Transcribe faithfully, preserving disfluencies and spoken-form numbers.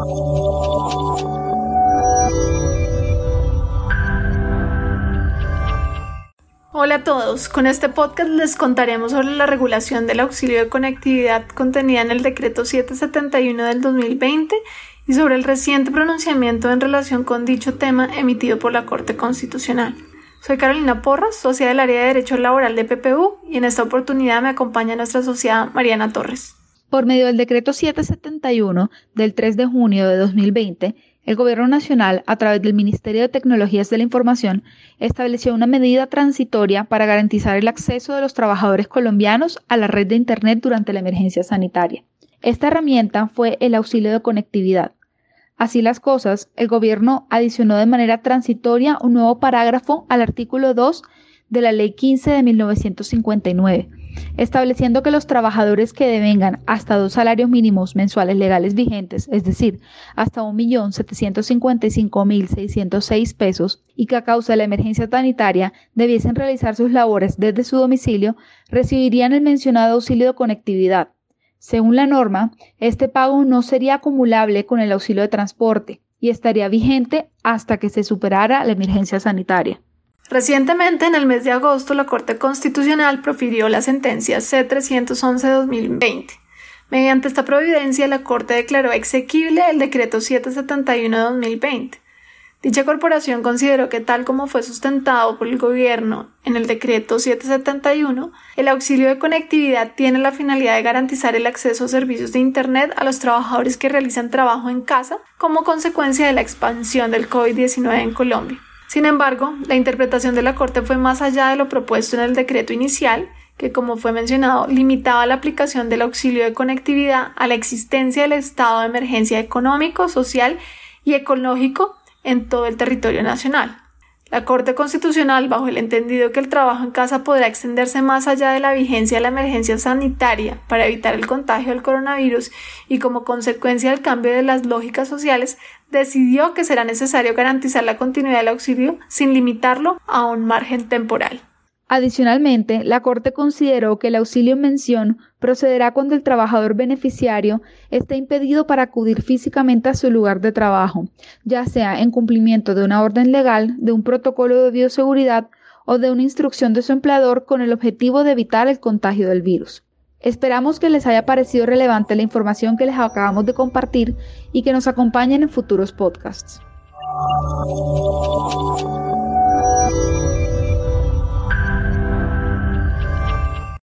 Hola a todos, con este podcast les contaremos sobre la regulación del auxilio de conectividad contenida en el decreto setecientos setenta y uno del dos mil veinte y sobre el reciente pronunciamiento en relación con dicho tema emitido por la Corte Constitucional. Soy Carolina Porras, socia del área de Derecho Laboral de P P U, y en esta oportunidad me acompaña nuestra asociada Mariana Torres. Por medio del decreto setecientos setenta y uno del tres de junio de dos mil veinte, el Gobierno Nacional, a través del Ministerio de Tecnologías de la Información, estableció una medida transitoria para garantizar el acceso de los trabajadores colombianos a la red de Internet durante la emergencia sanitaria. Esta herramienta fue el auxilio de conectividad. Así las cosas, el Gobierno adicionó de manera transitoria un nuevo parágrafo al artículo dos de la Ley quince de mil novecientos cincuenta y nueve, estableciendo que los trabajadores que devengan hasta dos salarios mínimos mensuales legales vigentes, es decir, hasta un millón setecientos cincuenta y cinco mil seiscientos seis pesos, y que a causa de la emergencia sanitaria debiesen realizar sus labores desde su domicilio, recibirían el mencionado auxilio de conectividad. Según la norma, este pago no sería acumulable con el auxilio de transporte y estaría vigente hasta que se superara la emergencia sanitaria. Recientemente, en el mes de agosto, la Corte Constitucional profirió la sentencia C trescientos once de dos mil veinte. Mediante esta providencia, la Corte declaró exequible el decreto setecientos setenta y uno de dos mil veinte. Dicha corporación consideró que, tal como fue sustentado por el Gobierno en el decreto setecientos setenta y uno, el auxilio de conectividad tiene la finalidad de garantizar el acceso a servicios de Internet a los trabajadores que realizan trabajo en casa como consecuencia de la expansión del COVID diecinueve en Colombia. Sin embargo, la interpretación de la Corte fue más allá de lo propuesto en el decreto inicial, que, como fue mencionado, limitaba la aplicación del auxilio de conectividad a la existencia del estado de emergencia económico, social y ecológico en todo el territorio nacional. La Corte Constitucional, bajo el entendido que el trabajo en casa podrá extenderse más allá de la vigencia de la emergencia sanitaria para evitar el contagio del coronavirus y como consecuencia del cambio de las lógicas sociales, decidió que será necesario garantizar la continuidad del auxilio sin limitarlo a un margen temporal. Adicionalmente, la Corte consideró que el auxilio en mención procederá cuando el trabajador beneficiario esté impedido para acudir físicamente a su lugar de trabajo, ya sea en cumplimiento de una orden legal, de un protocolo de bioseguridad o de una instrucción de su empleador con el objetivo de evitar el contagio del virus. Esperamos que les haya parecido relevante la información que les acabamos de compartir y que nos acompañen en futuros podcasts.